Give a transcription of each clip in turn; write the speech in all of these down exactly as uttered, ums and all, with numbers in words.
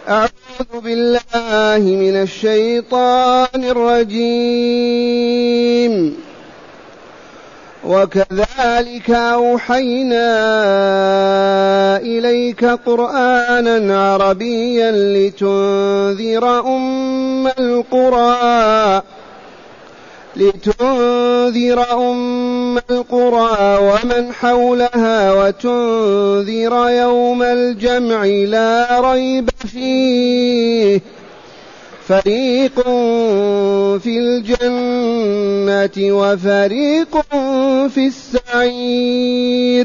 أعوذ بالله من الشيطان الرجيم. وكذلك أوحينا إليك قرآنا عربيا لتنذر أم القرى لتنذر أم القرى ومن حولها وتنذر يوم الجمع لا ريب فيه فريق في الجنة وفريق في السعير.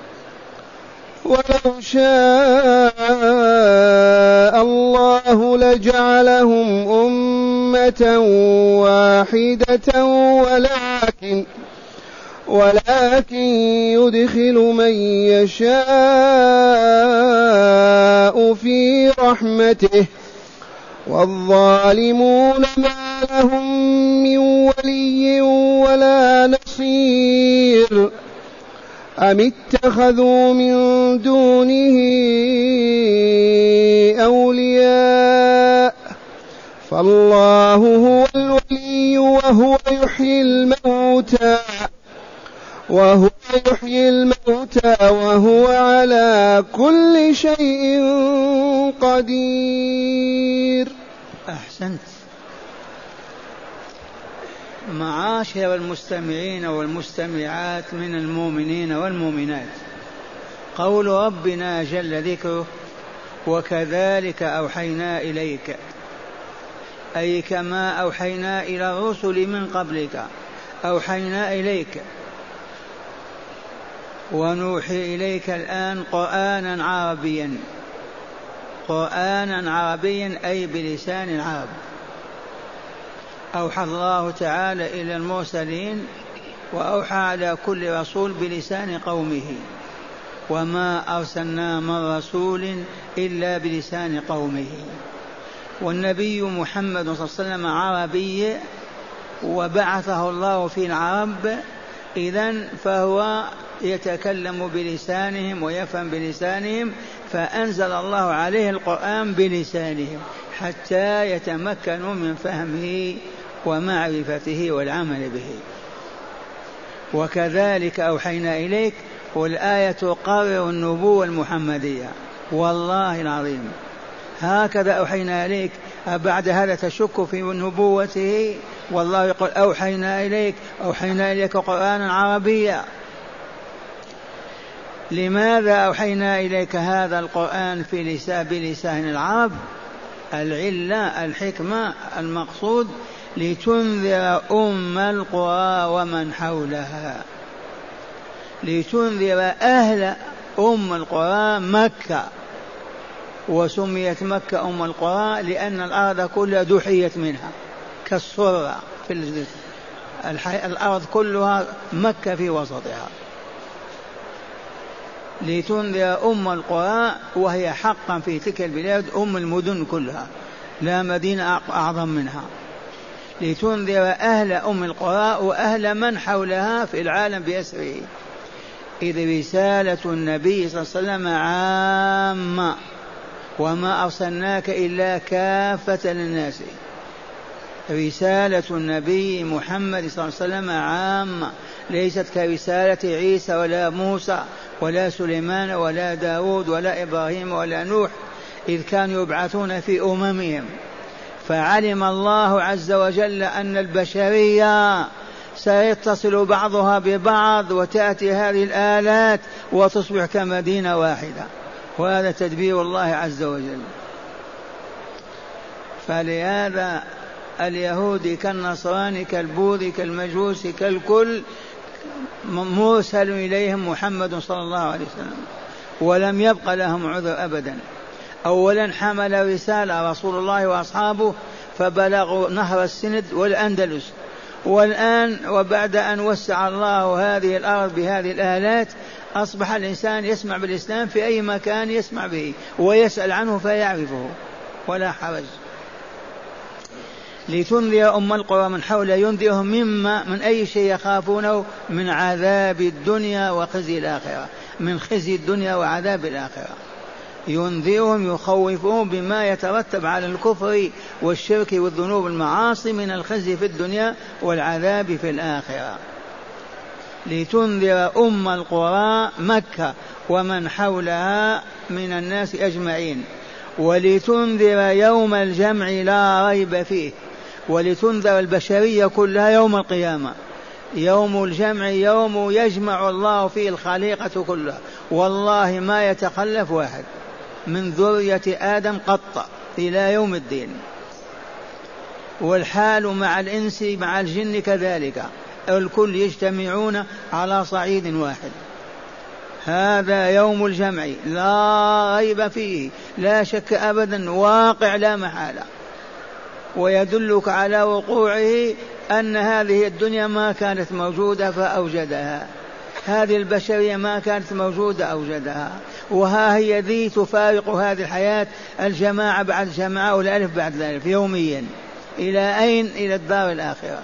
ولو شاء الله لجعلهم أمة واحدة ولكن ولكن يدخل من يشاء في رحمته والظالمون ما لهم من ولي ولا نصير. أم اتخذوا من دونه أولياء فالله هو الولي وهو يحيي الموتى وهو يحيي الموتى وهو على كل شيء قدير. أحسنت. معاشر المستمعين والمستمعات من المؤمنين والمؤمنات، قول ربنا جل ذكره وكذلك أوحينا إليك، أي كما أوحينا إلى الرسل من قبلك أوحينا إليك، ونوحي إليك الآن قرآنا عربيا قرآنا عربيا أي بلسان العرب. أوحى الله تعالى إلى المرسلين وأوحى على كل رسول بلسان قومه، وما أرسلنا من رسول إلا بلسان قومه. والنبي محمد صلى الله عليه وسلم عربي وبعثه الله في العرب، إذن فهو يتكلم بلسانهم ويفهم بلسانهم، فأنزل الله عليه القرآن بلسانهم حتى يتمكنوا من فهمه ومعرفته والعمل به. وكذلك أوحينا إليك، والآية تقرر النبوة المحمدية، والله العظيم هكذا أوحينا إليك. بعد هذا تشك في نبوته؟ والله يقول أوحينا إليك أوحينا إليك قرآنا عربيا. لماذا أوحينا إليك هذا القرآن في لسان بلسان العرب؟ العلة الحكمة المقصود لتنذر أم القرى ومن حولها، لتنذر أهل أم القرى مكة. وسميت مكة أم القرى لأن الأرض كلها دحيت منها كالسرة في الأرض كلها مكة في وسطها. لتنذر أم القرى، وهي حقا في تلك البلاد أم المدن كلها، لا مدينة أعظم منها. لتنذر أهل أم القرى وأهل من حولها في العالم بأسره، إذ رسالة النبي صلى الله عليه وسلم عامة، وما أرسلناك إلا كافة للناس. رسالة النبي محمد صلى الله عليه وسلم عامة، ليست كرسالة عيسى ولا موسى ولا سليمان ولا داود ولا إبراهيم ولا نوح، إذ كانوا يبعثون في أممهم. فعلم الله عز وجل أن البشرية سيتصل بعضها ببعض، وتأتي هذه الآلات وتصبح كمدينة واحدة، وهذا تدبير الله عز وجل. فلهذا اليهود كالنصراني كالبوذي كالمجوس كالكل مرسل إليهم محمد صلى الله عليه وسلم، ولم يبق لهم عذر أبدا. أولا حمل رسالة رسول الله وأصحابه فبلغوا نهر السند والأندلس، والآن وبعد أن وسع الله هذه الأرض بهذه الآلات أصبح الإنسان يسمع بالإسلام في أي مكان يسمع به ويسأل عنه فيعرفه ولا حرج. لتنذر أم القرى من حول، ينذرهم مما من أي شيء يخافونه من عذاب الدنيا وخزي الآخرة، من خزي الدنيا وعذاب الآخرة. ينذرهم يخوفهم بما يترتب على الكفر والشرك والذنوب المعاصي من الخزي في الدنيا والعذاب في الآخرة. لتنذر أم القرى مكة ومن حولها من الناس أجمعين، ولتنذر يوم الجمع لا ريب فيه، ولتنذر البشرية كلها يوم القيامة. يوم الجمع يوم يجمع الله فيه الخليقة كلها، والله ما يتخلف واحد من ذرية آدم قط إلى يوم الدين. والحال مع الإنس مع الجن كذلك، الكل يجتمعون على صعيد واحد. هذا يوم الجمع لا ريب فيه، لا شك أبدا، واقع لا محالة. ويدلك على وقوعه أن هذه الدنيا ما كانت موجودة فأوجدها، هذه البشرية ما كانت موجودة أوجدها، وها هي ذي تفارق هذه الحياة الجماعة بعد جماعة والألف بعد الألف يوميا. إلى أين؟ إلى الدار الآخرة.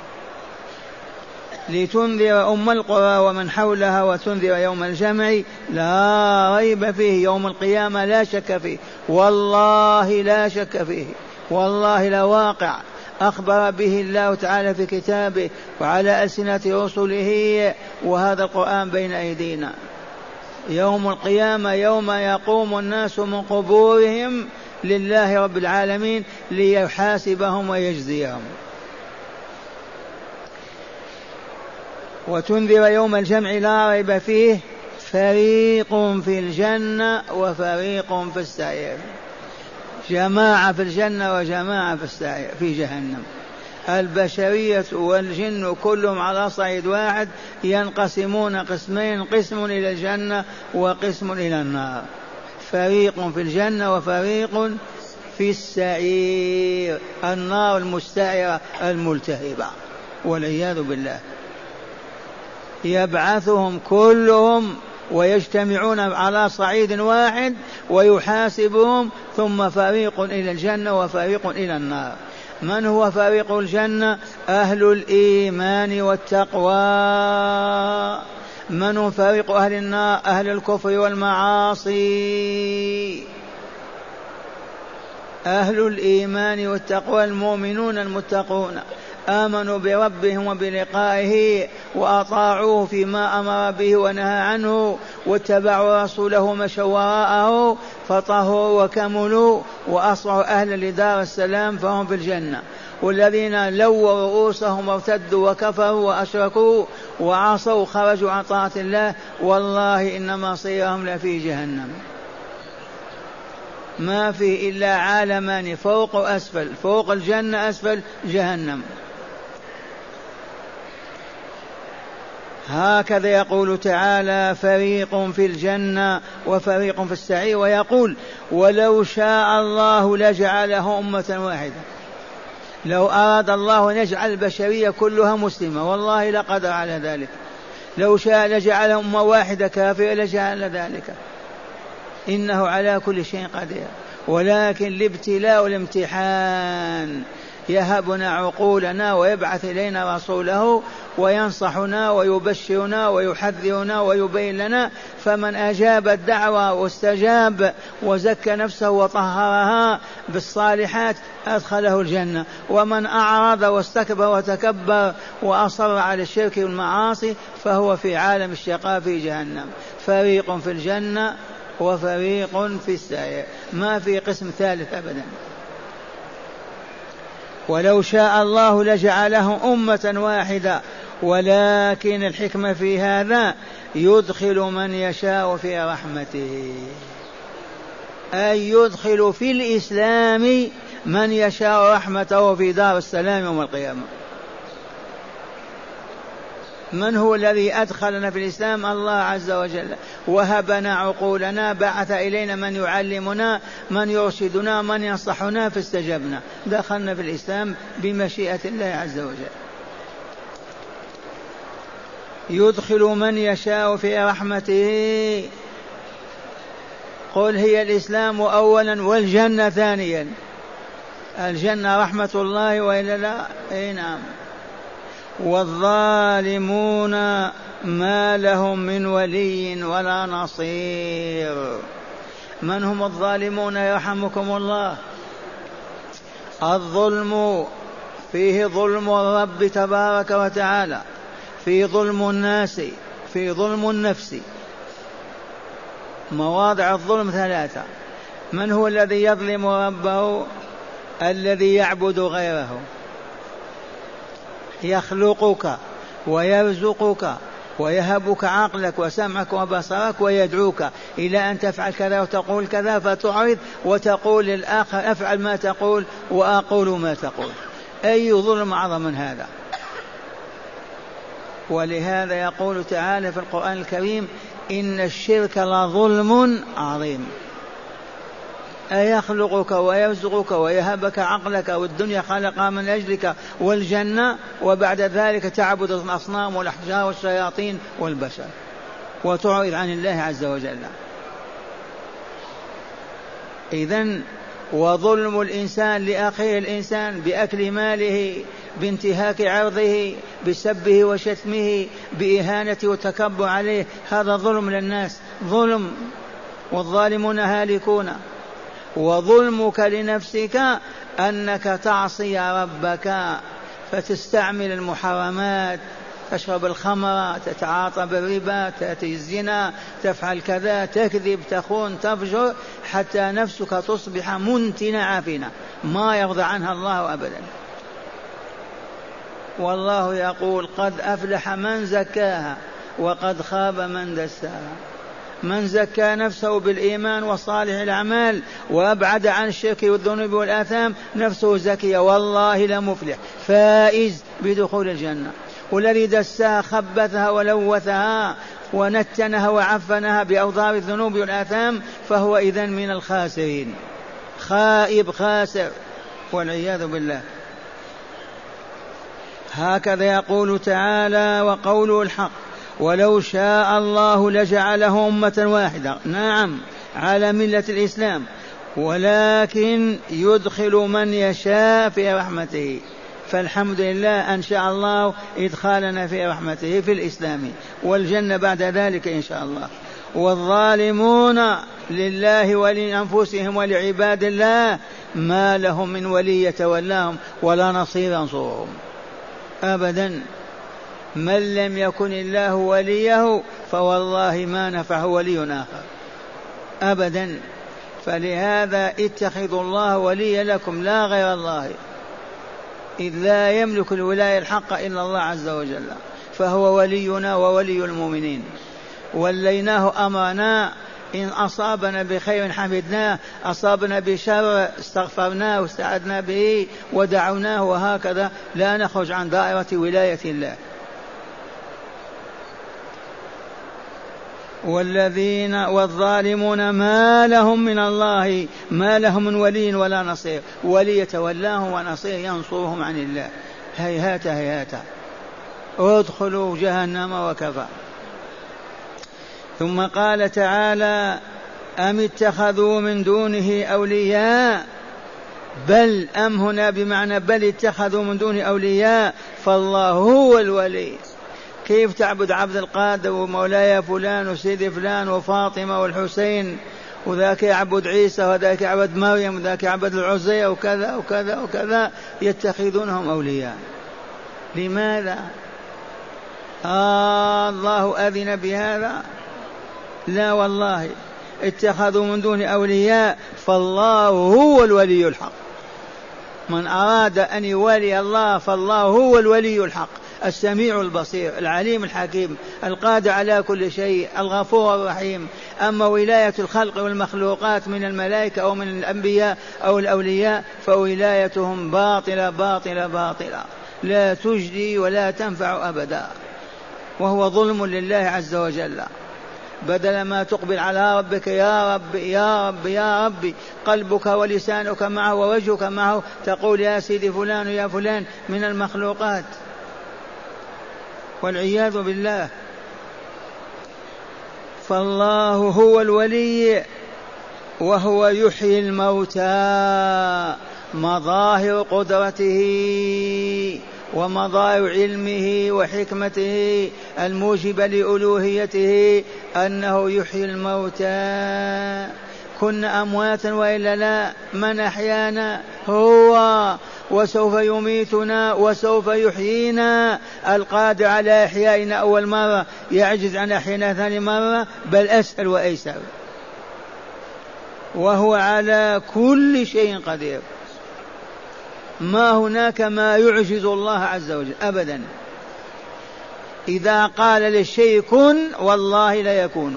لتنذر أم القرى ومن حولها وتنذر يوم الجمع لا ريب فيه، يوم القيامة لا شك فيه، والله لا شك فيه، والله لا واقع أخبر به الله تعالى في كتابه وعلى ألسنة رسله، وهذا القرآن بين أيدينا. يوم القيامة يوم يقوم الناس من قبورهم لله رب العالمين ليحاسبهم ويجزيهم. وتنذر يوم الجمع لا ريب فيه، فريق في الجنة وفريق في السعير، جماعة في الجنة وجماعة في السعير في جهنم. البشرية والجن كلهم على صعيد واحد ينقسمون قسمين، قسم إلى الجنة وقسم إلى النار. فريق في الجنة وفريق في السعير، النار المستعرة الملتهبة والعياذ بالله. يبعثهم كلهم ويجتمعون على صعيد واحد ويحاسبهم، ثم فريق إلى الجنة وفريق إلى النار. من هو فريق الجنة؟ أهل الإيمان والتقوى. من هو فريق أهل النار؟ أهل الكفر والمعاصي. أهل الإيمان والتقوى المؤمنون المتقون، آمنوا بربهم وبلقائه وأطاعوه فيما أمر به ونهى عنه، واتبعوا رسوله مشوا وراءه فطهروا وكملوا وأصبحوا أهلا لدار السلام فهم في الجنة. والذين لووا رؤوسهم وارتدوا وكفروا وأشركوا وعصوا خرجوا عن طاعة الله، والله إن مصيرهم لفي جهنم. ما في إلا عالمان، فوق وأسفل، فوق الجنة أسفل جهنم. هكذا يقول تعالى: فريق في الجنة وفريق في السعير. ويقول: ولو شاء الله لجعله أمة واحدة. لو أراد الله أن يجعل البشرية كلها مسلمة والله لقدر على ذلك. لو شاء لجعل أمة واحدة كافرة لجعل ذلك، إنه على كل شيء قدير. ولكن الابتلاء والامتحان يهبنا عقولنا ويبعث إلينا رسوله وينصحنا ويبشرنا ويحذرنا ويبين لنا، فمن أجاب الدعوة واستجاب وزكى نفسه وطهرها بالصالحات أدخله الجنة، ومن أعرض واستكبر وتكبر وأصر على الشرك والمعاصي فهو في عالم الشقاء في جهنم. فريق في الجنة وفريق في السعير، ما في قسم ثالث أبدا. ولو شاء الله لجعلهم أمة واحدة، ولكن الحكمة في هذا يدخل من يشاء في رحمته، أي يدخل في الإسلام من يشاء رحمته في دار السلام يوم القيامة. من هو الذي أدخلنا في الإسلام؟ الله عز وجل، وهبنا عقولنا، بعث إلينا من يعلمنا من يرشدنا من ينصحنا فاستجبنا، دخلنا في الإسلام بمشيئة الله عز وجل. يدخل من يشاء في رحمته. قل هي الإسلام أولا والجنة ثانيا. الجنة رحمة الله وإلا لا؟ إيه نعم. والظالمون ما لهم من ولي ولا نصير. من هم الظالمون يرحمكم الله؟ الظلم فيه ظلم الرب تبارك وتعالى، فيه ظلم الناس، فيه ظلم النفس. مواضع الظلم ثلاثة. من هو الذي يظلم ربه؟ الذي يعبد غيره، يخلقك ويرزقك ويهبك عقلك وسمعك وبصرك ويدعوك إلى أن تفعل كذا وتقول كذا، فتعرض وتقول للآخر أفعل ما تقول وأقول ما تقول. أي ظلم أعظم من هذا؟ ولهذا يقول تعالى في القرآن الكريم: إن الشرك لظلم عظيم. أيخلقك ويرزقك ويهبك عقلك والدنيا خلقها من أجلك والجنة، وبعد ذلك تعبد الأصنام والأحجار والشياطين والبشر وتعرض عن الله عز وجل. إذن وظلم الإنسان لأخيه الإنسان بأكل ماله، بانتهاك عرضه، بسبه وشتمه، بإهانته والتكبر عليه، هذا ظلم للناس، ظلم، والظالمون هالكون. وظلمك لنفسك أنك تعصي ربك فتستعمل المحرمات، تشرب الخمر، تتعاطى بالربا، تأتي الزنا، تفعل كذا، تكذب، تخون، تفجر، حتى نفسك تصبح منتنة عافنة ما يرضى عنها الله أبدا. والله يقول: قد أفلح من زكاها وقد خاب من دساها. من زكى نفسه بالإيمان وصالح الأعمال وأبعد عن الشرك والذنوب والآثام نفسه زكية والله لمفلح فائز بدخول الجنة. والذي دساها خبثها ولوثها ونتنها وعفنها بأوضار الذنوب والآثام فهو إذن من الخاسرين، خائب خاسر والعياذ بالله. هكذا يقول تعالى وقوله الحق: ولو شاء الله لجعله أمة واحدة، نعم على ملة الإسلام، ولكن يدخل من يشاء في رحمته. فالحمد لله أن شاء الله إدخالنا في رحمته في الإسلام والجنة بعد ذلك إن شاء الله. والظالمون لله ولأنفسهم ولعباد الله ما لهم من ولي يتولاهم ولا نصير ينصرهم أبدا. من لم يكن الله وليه فوالله ما نفعه ولي آخر أبدا. فلهذا اتخذوا الله وليا لكم لا غير الله، إذ لا يملك الولاية الحق إلا الله عز وجل، فهو ولينا وولي المؤمنين. وليناه أمرنا: إن أصابنا بخير حمدناه، أصابنا بشر استغفرناه واستعذنا به ودعوناه، وهكذا لا نخرج عن دائرة ولاية الله. والذين والظالمون ما لهم من الله ما لهم من ولي ولا نصير، ولي يتولاهم ونصير ينصرهم عن الله. هيهات هيهات، ادخلوا جهنم وكفى. ثم قال تعالى: أم اتخذوا من دونه أولياء، بل أم هنا بمعنى بل اتخذوا من دونه أولياء فالله هو الولي. كيف تعبد عبد القادر ومولاي فلان وسيدي فلان وفاطمة والحسين، وذاك يعبد عيسى وذاك يعبد مريم وذاك يعبد العزير وكذا وكذا وكذا، يتخذونهم أولياء. لماذا؟ آه الله أذن بهذا؟ لا والله، اتخذوا من دون أولياء فالله هو الولي الحق. من أراد أن يولي الله فالله هو الولي الحق، السميع البصير العليم الحكيم القادر على كل شيء الغفور الرحيم. أما ولاية الخلق والمخلوقات من الملائكة أو من الأنبياء أو الأولياء فولايتهم باطلة باطلة باطلة، لا تجدي ولا تنفع أبدا، وهو ظلم لله عز وجل. بدل ما تقبل على ربك يا رب يا رب يا رب، قلبك ولسانك معه ووجهك معه، تقول يا سيدي فلان يا فلان من المخلوقات، والعياذ بالله. فالله هو الولي وهو يحيي الموتى، مظاهر قدرته ومظاهر علمه وحكمته الموجبة لألوهيته أنه يحيي الموتى كنا أمواتا وإلا لا؟ من أحيانا هو، وسوف يميتنا وسوف يحيينا. القادر على إحيائنا أول مرة يعجز عن إحيائنا ثاني مرة، بل أسهل وأيسر، وهو على كل شيء قدير. ما هناك ما يعجز الله عز وجل أبدا. إذا قال للشيء كن والله لا يكون،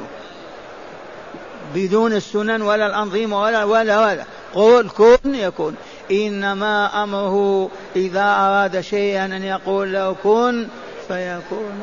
بدون السنن ولا الأنظمة ولا ولا ولا قول كن يكون. إنما أمره إذا أراد شيئا أن يقول له كن فيكون.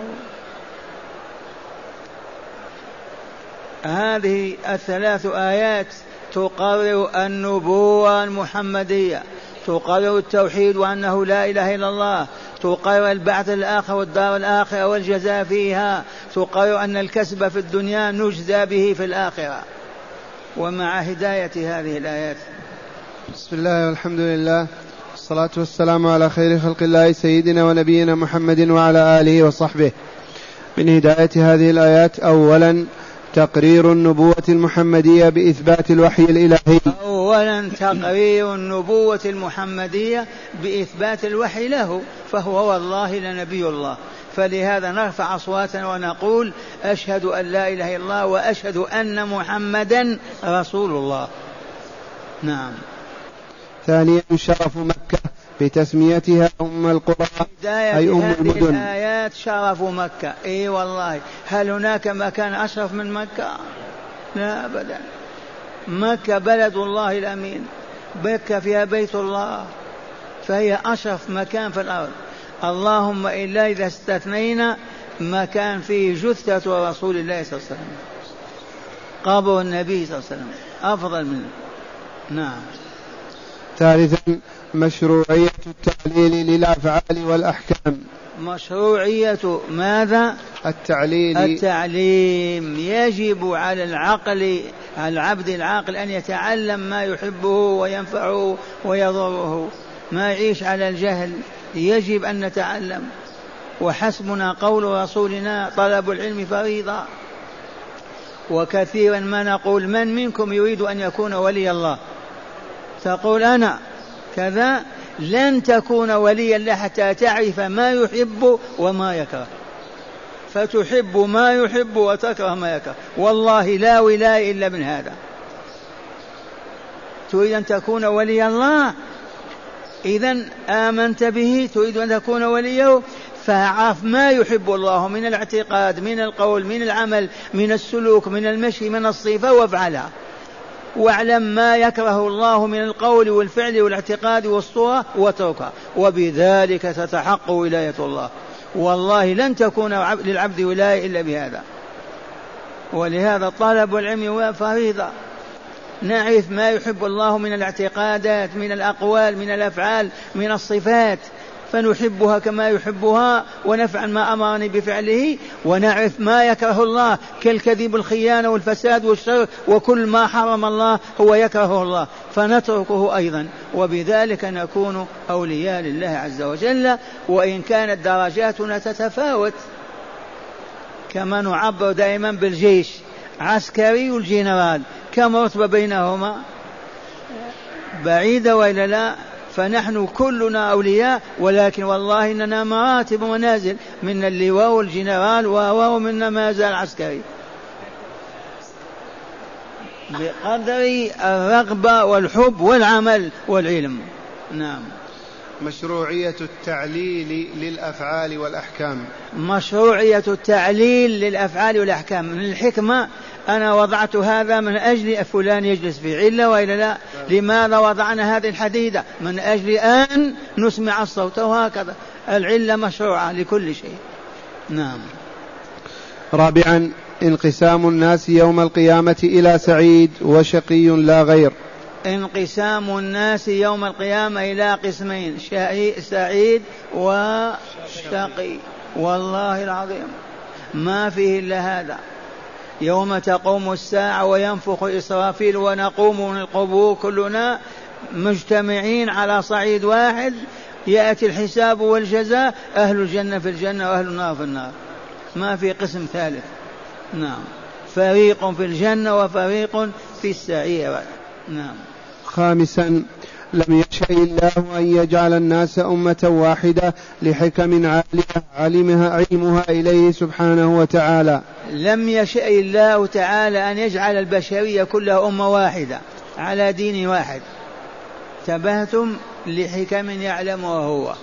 هذه الثلاث آيات تقرر النبوة المحمدية، تقرر التوحيد وأنه لا إله إلا الله، تقرر البعث الآخر والدار الآخرة والجزاء فيها، تقرر أن الكسب في الدنيا نجزى به في الآخرة. ومع هداية هذه الآيات، بسم الله والحمد لله والصلاة والسلام على خير خلق الله سيدنا ونبينا محمد وعلى آله وصحبه. من هداية هذه الآيات أولا تقرير النبوة المحمدية بإثبات الوحي الإلهي. أولا تقرير النبوة المحمدية بإثبات الوحي له، فهو والله لنبي الله. فلهذا نرفع أصواتنا ونقول أشهد أن لا إله إلا الله وأشهد أن محمدا رسول الله. نعم. ثانيا شرف مكة بتسميتها أم القرى أي أم المدن. الآيات شرف مكة، إي والله. هل هناك مكان أشرف من مكة؟ لا أبدا. مكة بلد الله الأمين، مكة فيها بيت الله، فهي أشرف مكان في الأرض. اللهم إلا إذا استثنينا مكان فيه جثة رسول الله صلى الله عليه وسلم، قبر النبي صلى الله عليه وسلم أفضل منه. نعم. ثالثا مشروعية التعليل للأفعال والأحكام. مشروعية ماذا؟ التعليل. التعليم. يجب على العقل، على العبد العاقل أن يتعلم ما يحبه وينفعه ويضره، ما يعيش على الجهل. يجب أن نتعلم، وحسبنا قول رسولنا طلب العلم فريضة. وكثيرا ما نقول من منكم يريد أن يكون ولي الله؟ تقول أنا كذا. لن تكون وليا له حتى تعرف ما يحب وما يكره، فتحب ما يحب وتكره ما يكره. والله لا ولاية إلا من هذا. تريد أن تكون ولي الله، إذن آمنت به، تريد أن تكون وليه، فاعرف ما يحب الله من الاعتقاد، من القول، من العمل، من السلوك، من المشي، من الصفة، وافعلها. واعلم ما يكره الله من القول والفعل والاعتقاد والصورة وتركها، وبذلك تتحقق ولاية الله. والله لن تكون للعبد ولاية إلا بهذا. ولهذا طلب العلم فريضة. نعرف ما يحب الله من الاعتقادات، من الأقوال، من الأفعال، من الصفات، فنحبها كما يحبها ونفعل ما أمرني بفعله. ونعرف ما يكره الله كالكذب والخيانة والفساد والشر، وكل ما حرم الله هو يكره الله، فنتركه أيضا. وبذلك نكون أولياء لله عز وجل. وإن كانت درجاتنا تتفاوت، كما نعبر دائما بالجيش، عسكري والجنرال، كم رتبة بينهما؟ بعيدة وإلا لا؟ فنحن كلنا أولياء، ولكن والله إننا مراتب ومنازل، من اللواء والجنرال ومن ما زال عسكري، بقدر الرغبة والحب والعمل والعلم. نعم. مشروعية التعليل للأفعال والأحكام. مشروعية التعليل للأفعال والأحكام. من الحكمة أنا وضعت هذا من أجل فلان يجلس في علة وإلا لا. لماذا وضعنا هذه الحديدة؟ من أجل أن نسمع الصوت، وهكذا العلة مشروعة لكل شيء. نعم. رابعا انقسام الناس يوم القيامة إلى سعيد وشقي لا غير. انقسام الناس يوم القيامة إلى قسمين، سعيد وشقي. والله العظيم ما فيه إلا هذا. يوم تقوم الساعة وينفخ إسرافيل ونقوم من القبور كلنا مجتمعين على صعيد واحد، يأتي الحساب والجزاء، أهل الجنة في الجنة وأهل النار في النار، ما في قسم ثالث. نعم. فريق في الجنة وفريق في السعير. نعم. خامسا لم يشأ الله أن يجعل الناس أمة واحدة لحكم عالية علمها علمها إليه سبحانه وتعالى. لم يشأ الله تعالى أن يجعل البشرية كلها أمة واحدة على دين واحد. تبهتم لحكم يعلمها هو.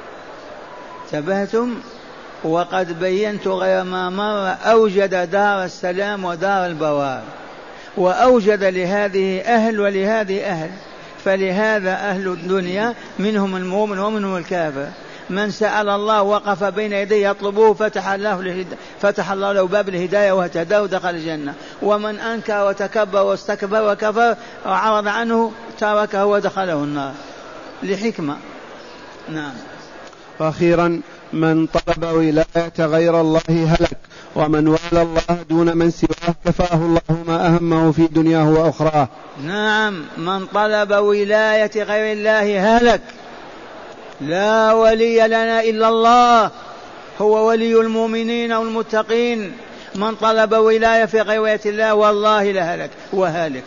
تبهتم وقد بينت غير ما مر أوجد دار السلام ودار البوار، وأوجد لهذه أهل ولهذه أهل، فلهذا أهل الدنيا منهم المؤمن ومنهم الكافر. من سأل الله وقف بين يديه يطلبه فتح الله, فتح الله له باب الهداية واهتداه ودخل الجنة، ومن أنكر وتكبر واستكبر وكفر وعرض عنه تركه ودخله النار لحكمة. نعم. وأخيرا من طلب ولاية غير الله هلك، ومن والى الله دون من سواه كفاه الله ما أهمه في دنياه وأخراه. نعم. من طلب ولاية غير الله هلك. لا ولي لنا إلا الله، هو ولي المؤمنين والمتقين. من طلب ولاية في غير ولاية الله والله لهلك وهالك.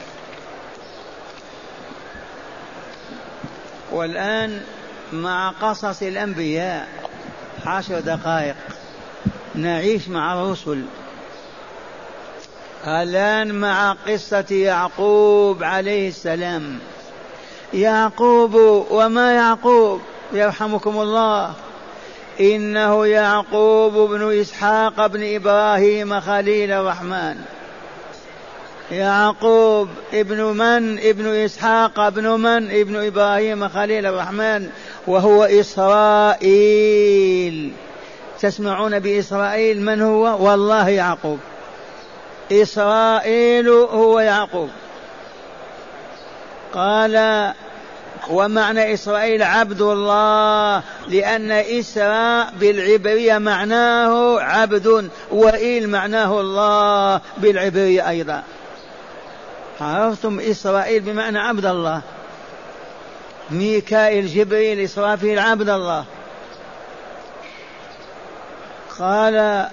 والآن مع قصص الأنبياء عشر دقائق نعيش مع الرسل. الآن مع قصة يعقوب عليه السلام. يعقوب وما يعقوب يرحمكم الله، إنه يعقوب بن إسحاق بن إبراهيم خليل الرحمن. يعقوب ابن من؟ ابن إسحاق ابن من؟ ابن إبراهيم خليل الرحمن، وهو إسرائيل. تسمعون بإسرائيل من هو؟ والله يعقوب. إسرائيل هو يعقوب. قال ومعنى إسرائيل عبد الله، لأن إسراء بالعبرية معناه عبد، وإيل معناه الله بالعبرية أيضا. عرفتم؟ إسرائيل بمعنى عبد الله. ميكائيل جبريل إسرافيل عبد الله. قال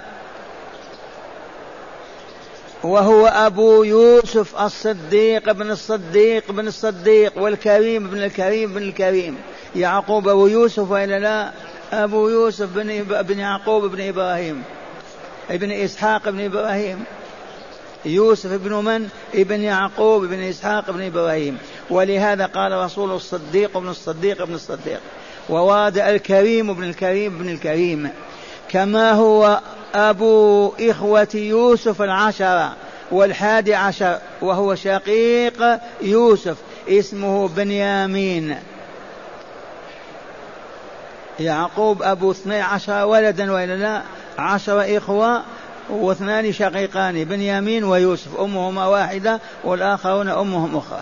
وهو أبو يوسف الصديق بن الصديق بن الصديق والكريم بن الكريم بن الكريم. يعقوب أبو يوسف وإلا لا؟ أبو يوسف بن, بن يعقوب بن إبراهيم ابن إسحاق بن إبراهيم. يوسف ابن من؟ ابن يعقوب بن إسحاق بن إبراهيم. ولهذا قال رسول الصديق بن الصديق بن الصديق. وورد الكريم بن الكريم بن الكريم. كما هو أبو إخوة يوسف العشرة والحادي عشر، وهو شقيق يوسف اسمه بنيامين. يعقوب أبو اثني عشر ولدا وإلا لا؟ عشر إخوة واثنان شقيقان، بنيامين ويوسف، أمهما واحدة والآخرون أمهم أخرى.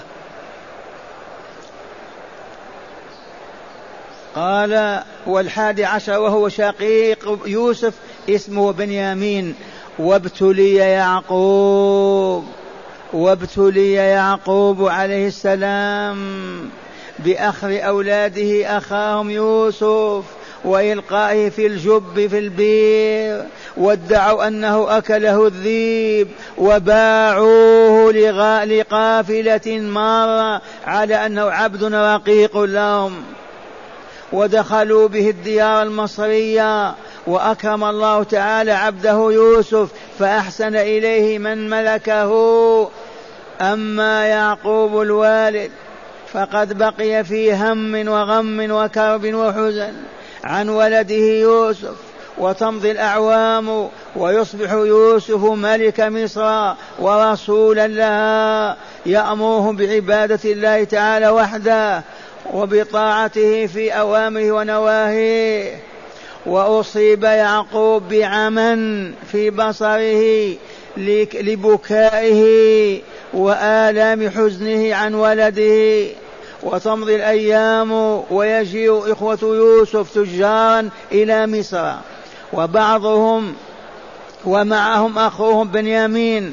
قال والحادي عشر وهو شقيق يوسف اسمه بنيامين. وابتلي يعقوب وابتلي يعقوب عليه السلام بأخذ أولاده أخاهم يوسف وإلقائه في الجب في البير، وادعوا أنه أكله الذيب، وباعوه لقافلة مارة على أنه عبد رقيق لهم، ودخلوا به الديار المصرية. وأكرم الله تعالى عبده يوسف فأحسن إليه من ملكه. أما يعقوب الوالد فقد بقي في هم وغم وكرب وحزن عن ولده يوسف، وتمضي الأعوام ويصبح يوسف ملك مصر ورسولا لها يأمرهم بعبادة الله تعالى وحده وبطاعته في أوامره ونواهيه. وأصيب يعقوب بعمى في بصره لبكائه وآلام حزنه عن ولده. وتمضي الأيام ويجيء إخوة يوسف تجارا إلى مصر، وبعضهم ومعهم أخوهم بنيامين،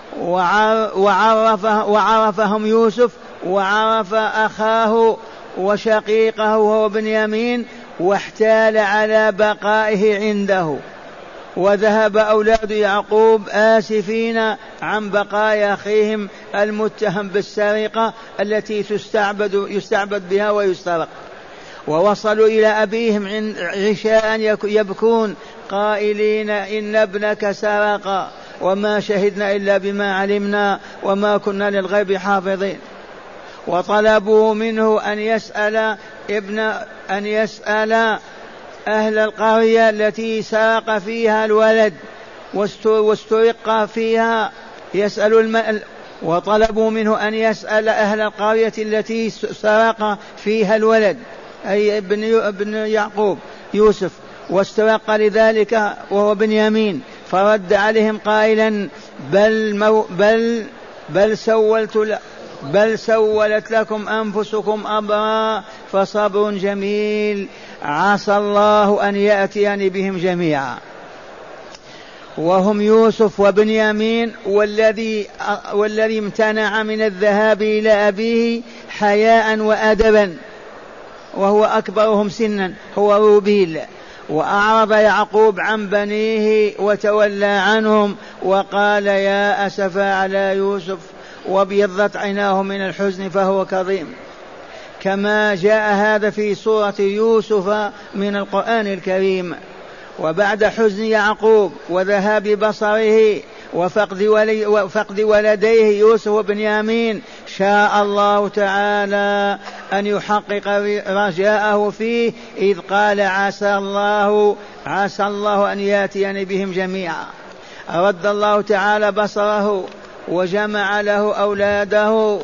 وعرفه وعرفهم يوسف وعرف أخاه وشقيقه وهو بنيامين، واحتال على بقائه عنده وذهب أولاد يعقوب آسفين عن بقايا أخيهم المتهم بالسرقة التي تستعبد يستعبد بها ويسترق. ووصلوا إلى أبيهم عشاء يبكون قائلين إن ابنك سرق وما شهدنا إلا بما علمنا وما كنا للغيب حافظين. وطلبوا منه أن يسأل ابن أن يسأل أهل القرية التي سرق فيها الولد واسترق فيها يسأل الم... وطلبوا منه أن يسأل أهل القرية التي سرق فيها الولد أي ابن, ابن يعقوب يوسف واسترق لذلك وهو بنيامين. فرد عليهم قائلا بل, مو... بل... بل سولت ل... بل سولت لكم أنفسكم أمرا فصبر جميل عسى الله أن يأتيني بهم جميعا. وهم يوسف وبنيامين والذي والذي امتنع من الذهاب إلى أبيه حياء وأدبا وهو أكبرهم سنا هو روبيل. وأعرض يعقوب عن بنيه وتولى عنهم وقال يا أسفا على يوسف وابيضت عيناه من الحزن فهو كظيم. كما جاء هذا في سورة يوسف من القرآن الكريم. وبعد حزن يعقوب وذهاب بصره وفقد, ولي وفقد ولديه يوسف وبنيامين شاء الله تعالى أن يحقق رجاءه فيه إذ قال عسى الله عسى الله أن يأتيني بهم جميعا. رد الله تعالى بصره وجمع له أولاده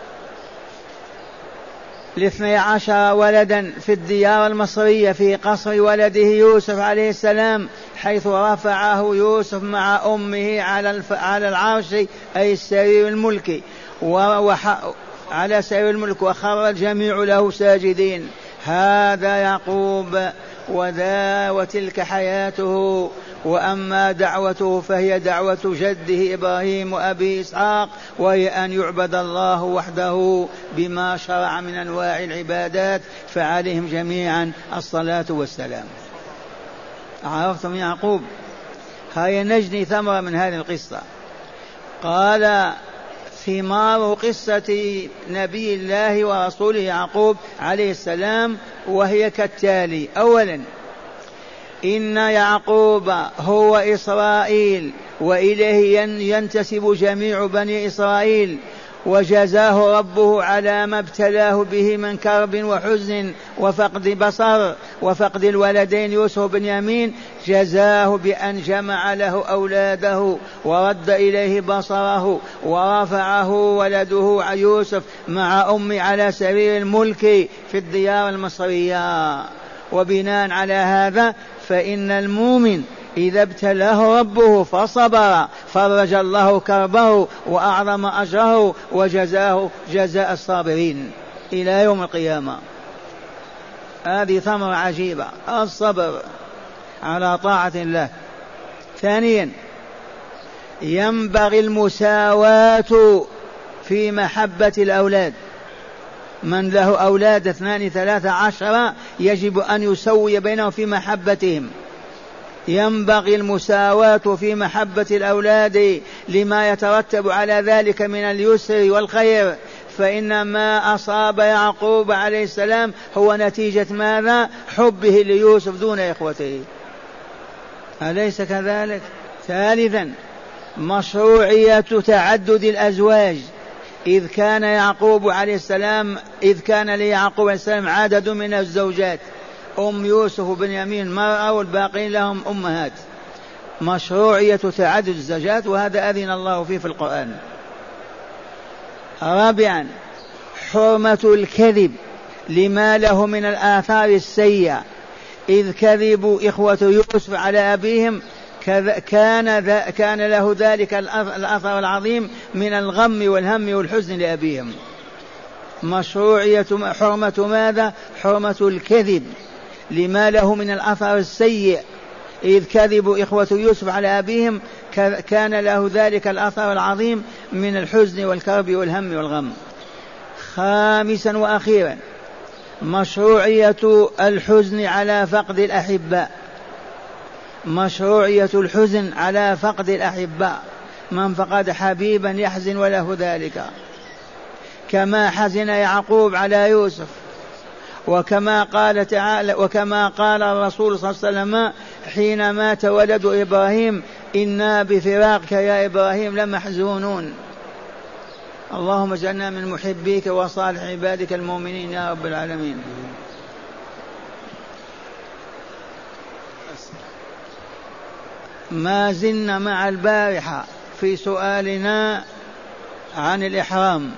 لاثني عشر ولدا في الديار المصرية في قصر ولده يوسف عليه السلام حيث رفعه يوسف مع أمه على العرش أي السرير الملكي على سرير الملك وخر الجميع له ساجدين. هذا يعقوب وذا وتلك حياته. وأما دعوته فهي دعوة جده إبراهيم وأبي إسحاق وهي أن يعبد الله وحده بما شرع من أنواع العبادات فعليهم جميعا الصلاة والسلام. عرفتم يعقوب؟ هيا نجني ثمرة من هذه القصة. قال ثمار قصة نبي الله ورسوله يعقوب عليه السلام وهي كالتالي. أولا إن يعقوب هو إسرائيل وإليه ينتسب جميع بني إسرائيل وجزاه ربه على ما ابتلاه به من كرب وحزن وفقد بصر وفقد الولدين يوسف وبنيامين جزاه بأن جمع له أولاده ورد إليه بصره ورفعه ولده يوسف مع أمه على سرير الملك في الديار المصرية. وبناء على هذا فإن المؤمن إذا ابتلاه ربه فصبر فرج الله كربه وأعظم أجره وجزاه جزاء الصابرين إلى يوم القيامة. هذه ثمرة عجيبة الصبر على طاعة الله. ثانيا ينبغي المساواة في محبة الأولاد. من له أولاد اثنان ثلاثة عشر يجب أن يسوي بينهم في محبتهم. ينبغي المساواة في محبة الأولاد لما يترتب على ذلك من اليسر والخير. فإن ما أصاب يعقوب عليه السلام هو نتيجة ماذا؟ حبه ليوسف دون إخوته، أليس كذلك؟ ثالثا مشروعية تعدد الأزواج. إذ كان يعقوب عليه السلام إذ كان ليعقوب عليه السلام عدد من الزوجات، أم يوسف وبنيامين مرأة والباقين لهم أمهات. مشروعية تعدد الزوجات وهذا أذن الله فيه في القرآن. رابعا حرمة الكذب لما له من الآثار السيئة. إذ كذبوا إخوة يوسف على أبيهم كان, كان له ذلك الأثر العظيم من الغم والهم والحزن لأبيهم. مشروعية حرمة ماذا؟ حرمة الكذب لما له من الأثر السيء. إذ كذبوا إخوة يوسف على أبيهم كان له ذلك الأثر العظيم من الحزن والكرب والهم والغم. خامسا وأخيرا مشروعية الحزن على فقد الأحباء. مشروعية الحزن على فقد الأحباء، من فقد حبيبا يحزن وله ذلك، كما حزن يعقوب على يوسف، وكما قال تعالى وكما قال الرسول صلى الله عليه وسلم حين مات ولد إبراهيم إنا بفراقك يا إبراهيم لمحزونون. اللهم اجعلنا من محبيك وصالح عبادك المؤمنين يا رب العالمين. ما زلنا مع البارحة في سؤالنا عن الإحرام.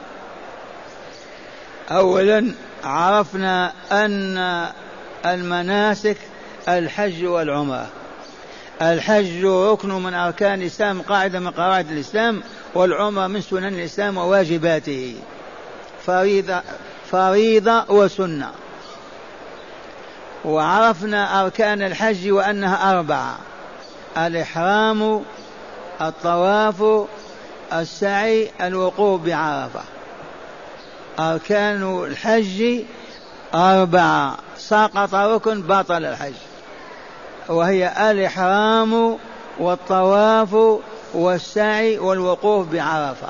أولا عرفنا أن المناسك الحج والعمرة. الحج ركن من أركان الإسلام، قاعدة من قواعد الإسلام، والعمرة من سنن الإسلام وواجباته، فريضة, فريضة وسنة. وعرفنا أركان الحج وأنها أربعة: الإحرام، الطواف، السعي، الوقوف بعرفة. أركان الحج أربعة، سقط ركن بطل الحج، وهي الإحرام والطواف والسعي والوقوف بعرفة.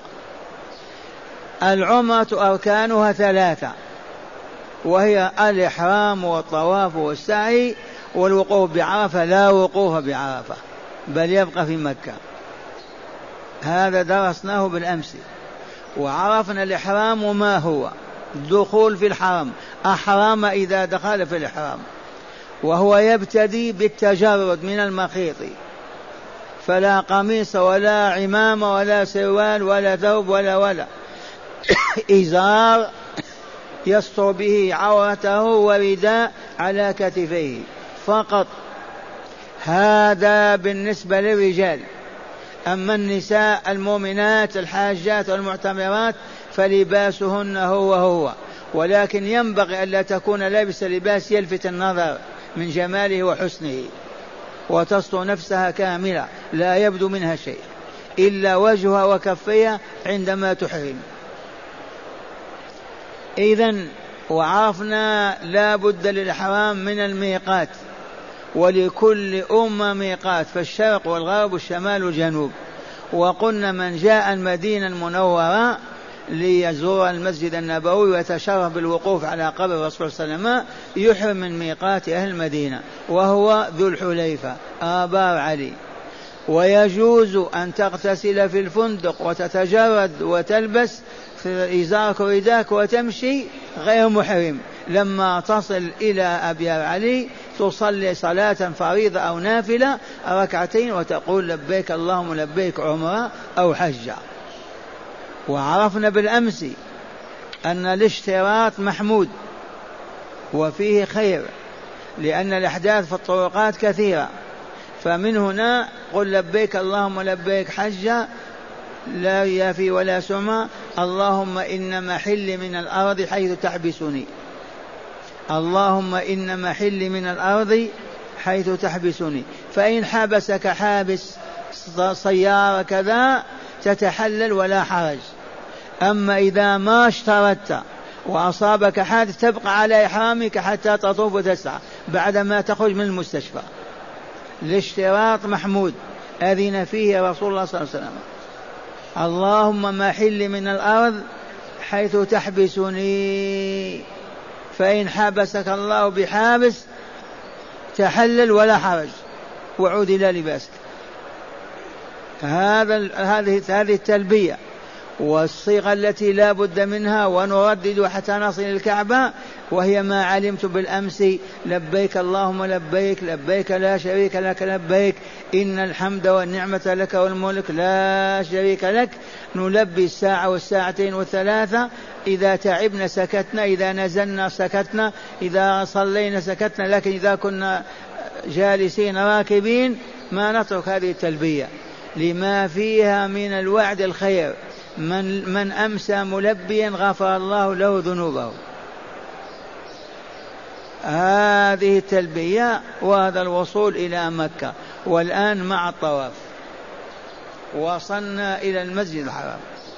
العمرة أركانها ثلاثة، وهي الإحرام والطواف والسعي والوقوف بعرفة. لا وقوف بعرفة بل يبقى في مكة، هذا درسناه بالأمس. وعرفنا الإحرام ما هو: دخول في الحرم، أحرام إذا دخل في الإحرام، وهو يبتدي بالتجرد من المخيط، فلا قميص ولا عمامة ولا سروال ولا ثوب ولا ولا إزار يستر به عورته ورداء على كتفيه فقط. هذا بالنسبة للرجال. أما النساء المؤمنات الحاجات والمعتمرات فلباسهن هو هو، ولكن ينبغي ألا تكون لابسة لباس يلفت النظر من جماله وحسنه، وتستر نفسها كاملة لا يبدو منها شيء إلا وجهها وكفيها عندما تحرم. إذن وعرفنا لا بد للإحرام من الميقات، ولكل أمة ميقات، فالشرق والغرب والشمال والجنوب. وقلنا من جاء المدينة المنورة ليزور المسجد النبوي ويتشرف بالوقوف على قبر الرسول صلى الله عليه وسلم يحرم من ميقات أهل المدينة، وهو ذو الحليفة آبار علي. ويجوز أن تغتسل في الفندق وتتجرد وتلبس في إزارك ورداك وتمشي غير محرم. لما تصل إلى أبيار علي تصلي صلاة فريضة أو نافلة ركعتين وتقول لبيك اللهم لبيك عمرة أو حجة. وعرفنا بالأمس أن الاشتراط محمود وفيه خير، لأن الأحداث في الطرقات كثيرة، فمن هنا قل لبيك اللهم لبيك حجة لا يافي ولا سمع، اللهم إن محل من الأرض حيث تحبسني، اللهم إن محل من الأرض حيث تحبسني. فإن حبسك حابس سيارة كذا تتحلل ولا حرج. أما إذا ما اشترطت وأصابك حادث تبقى على إحرامك حتى تطوف وتسعى بعدما تخرج من المستشفى. الاشتراط محمود أذن فيه رسول الله صلى الله عليه وسلم. اللهم محل من الأرض حيث تحبسني، فإن حبسك الله بحابس تحلل ولا حرج وعود إلى لباسك. هذا هذه هذه التلبية والصيغة التي لا بد منها، ونردد حتى نصل الكعبة، وهي ما علمت بالأمس: لبيك اللهم لبيك لبيك لا شريك لك لبيك إن الحمد والنعمة لك والملك لا شريك لك. نلبي الساعة والساعتين والثلاثة، إذا تعبنا سكتنا، إذا نزلنا سكتنا، إذا صلينا سكتنا، لكن إذا كنا جالسين راكبين ما نترك هذه التلبية لما فيها من الوعد الخير. من, من أمسى ملبيا غفر الله له ذنوبه. هذه التلبية وهذا الوصول إلى مكة. والآن مع الطواف وصلنا إلى المسجد الحرام.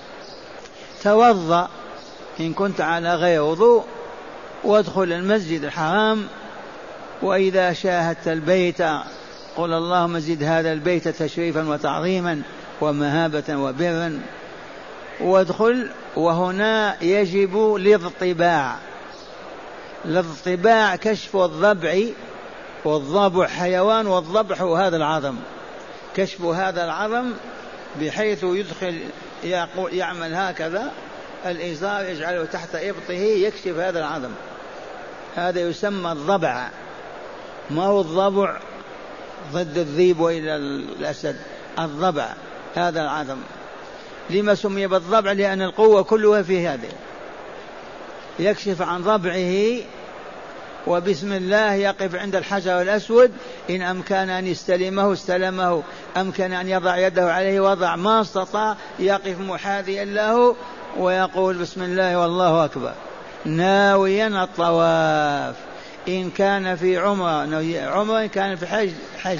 توضأ إن كنت على غير وضوء وادخل المسجد الحرام، وإذا شاهدت البيت قل اللهم زد هذا البيت تشريفا وتعظيما ومهابة وبرا وادخل. وهنا يجب الاضطباع. الاضطباع كشف الضبع، والضبع حيوان والضبع هو هذا العظم، كشف هذا العظم بحيث يدخل يعمل هكذا الإزار يجعله تحت إبطه يكشف هذا العظم، هذا يسمى الضبع. ما هو الضبع ضد الذيب وإلى الأسد، الضبع هذا العظم. لما سمي بالضبع؟ لأن القوة كلها في هذا، يكشف عن ضبعه وبسم الله يقف عند الحجر الأسود، إن أمكن أن يستلمه استلمه، أمكن أن يضع يده عليه وضع، ما استطاع يقف محاذيا له ويقول بسم الله والله أكبر ناويا الطواف. إن كان في عمره عمره، إن كان في حج حج،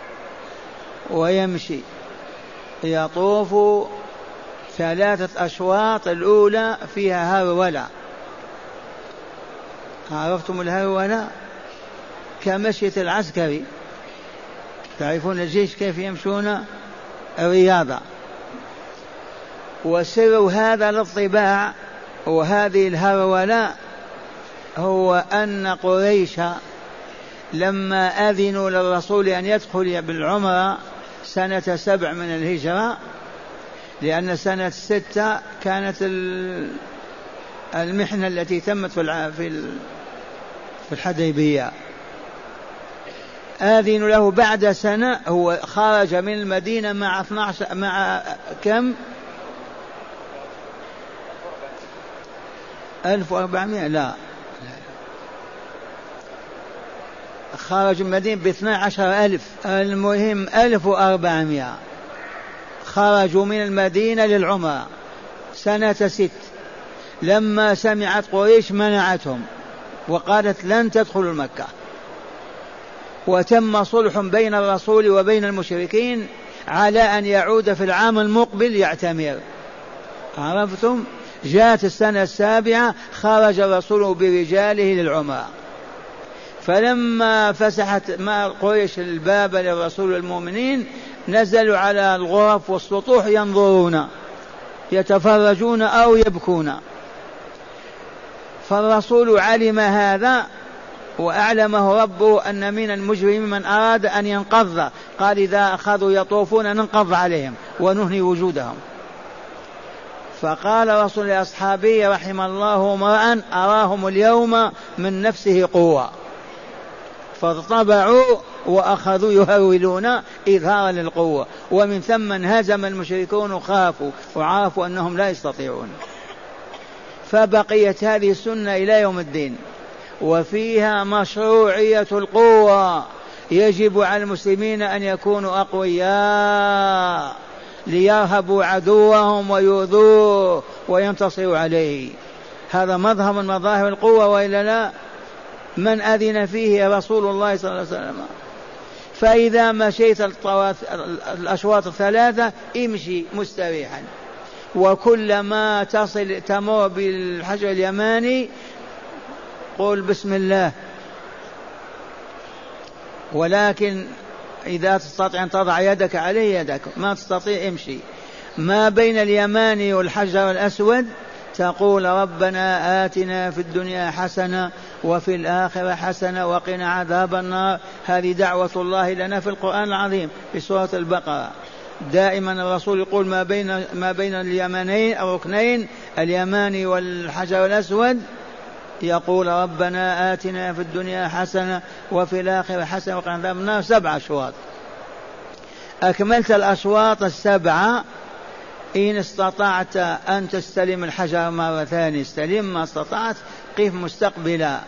ويمشي يطوف ثلاثة أشواط، الأولى فيها هرولة. عرفتم الهرولة؟ كمشية العسكري، تعرفون الجيش كيف يمشون، الرياضة. وسر هذا الاطباع وهذه الهرولة هو أن قريش لما أذنوا للرسول أن يدخل بالعمرة سنة سبع من الهجرة، لأن سنة ستة كانت المحنة التي تمت في الحديبية، آذنوا له بعد سنة. هو خرج من المدينة مع اثني عشر مع كم ألف وأربعمائة، لا خرج من المدينة باثني عشر ألف، المهم ألف وأربعمائة خرجوا من المدينة للعمرة سنة ست. لما سمعت قريش منعتهم وقالت لن تدخلوا مكة، وتم صلح بين الرسول وبين المشركين على أن يعود في العام المقبل يعتمر. عرفتم؟ جاءت السنة السابعة خرج الرسول برجاله للعمرة، فلما فسحت ما قريش الباب للرسول والمؤمنين نزلوا على الغرف والسطوح ينظرون يتفرجون أو يبكون. فالرسول علم هذا وأعلمه ربه أن من المجرمين من أراد أن ينقض، قال إذا أخذوا يطوفون ننقض عليهم ونهني وجودهم. فقال رسول لأصحابه رحم الله امرأ أراهم اليوم من نفسه قوة، فاطبعوا وأخذوا يهولون إظهارا للقوة، ومن ثم انهزم المشركون وخافوا وعرفوا أنهم لا يستطيعون. فبقيت هذه السنة إلى يوم الدين، وفيها مشروعية القوة. يجب على المسلمين أن يكونوا أقوياء ليرهبوا عدوهم ويؤذوه وينتصروا عليه. هذا مظهر من مظاهر القوة، وإلا لا؟ من أذن فيه رسول الله صلى الله عليه وسلم. فإذا مشيت الأشواط الثلاثة امشي مستريحا، وكلما تصل تمر بالحجر اليماني قل بسم الله. ولكن إذا تستطيع أن تضع يدك عليه يدك، ما تستطيع امشي ما بين اليماني والحجر الأسود، تقول ربنا آتنا في الدنيا حسنة وفي الآخرة حسنة وقنا عذاب النار. هذه دعوة الله لنا في القرآن العظيم في سورة البقرة. دائما الرسول يقول ما بين ما بين اليمانين أو ركنين اليماني والحجر الأسود، يقول ربنا آتنا في الدنيا حسنة وفي الآخرة حسنة وقنا عذاب النار. سبع أشواط. أكملت الأشواط السبعة، إن استطعت أن تستلم الحجر مرة ثانية استلم، ما استطعت قف مستقبلا.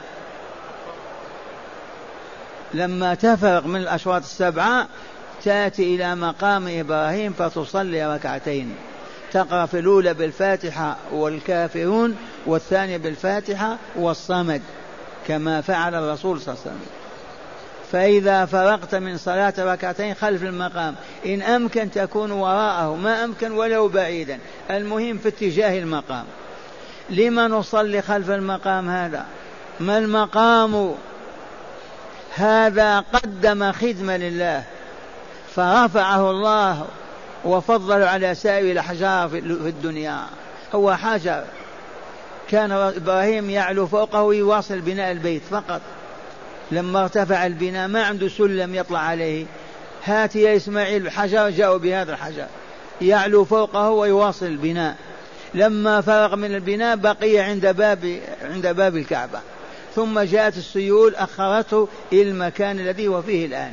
لما تفرغ من الأشواط السبعة تأتي إلى مقام إبراهيم فتصلي ركعتين، تقرأ في الأولى بالفاتحة والكافرون، والثانية بالفاتحة والصمد كما فعل الرسول صلى الله عليه وسلم. فإذا فرغت من صلاة ركعتين خلف المقام، إن أمكن تكون وراءه، ما أمكن ولو بعيدا، المهم في اتجاه المقام. لما نصلي خلف المقام هذا؟ ما المقام؟ هذا قدم خدمة لله فرفعه الله وفضل على سائر الأحجار في الدنيا. هو حجر، كان إبراهيم يعلو فوقه ويواصل بناء البيت فقط. لما ارتفع البناء ما عنده سلم يطلع عليه، هات يا إسماعيل حجر، جاءوا بهذا الحجر يعلو فوقه ويواصل البناء. لما فرغ من البناء بقي عند باب عند باب الكعبة، ثم جاءت السيول أخرته إلى المكان الذي هو فيه الآن.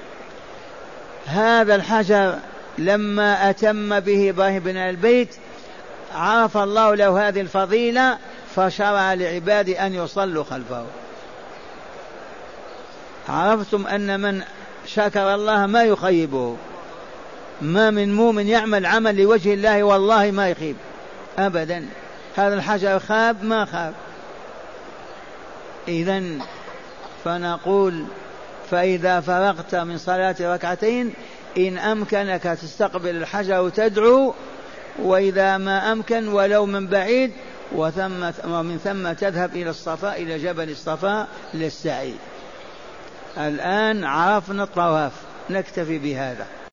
هذا الحجر لما أتم به إبراهيم بناء البيت عرف الله له هذه الفضيلة فشرع لعباده أن يصلوا خلفه. عرفتم أن من شكر الله ما يخيبه، ما من مؤمن يعمل عمل لوجه الله والله ما يخيب أبدا. هذا الحجر خاب ما خاب. إذن فنقول فإذا فرغت من صلاة ركعتين إن أمكنك تستقبل الحجر وتدعو، وإذا ما أمكن ولو من بعيد، ومن ثم تذهب إلى الصفاء إلى جبل الصفاء للسعي. الآن عرفنا الطواف، نكتفي بهذا.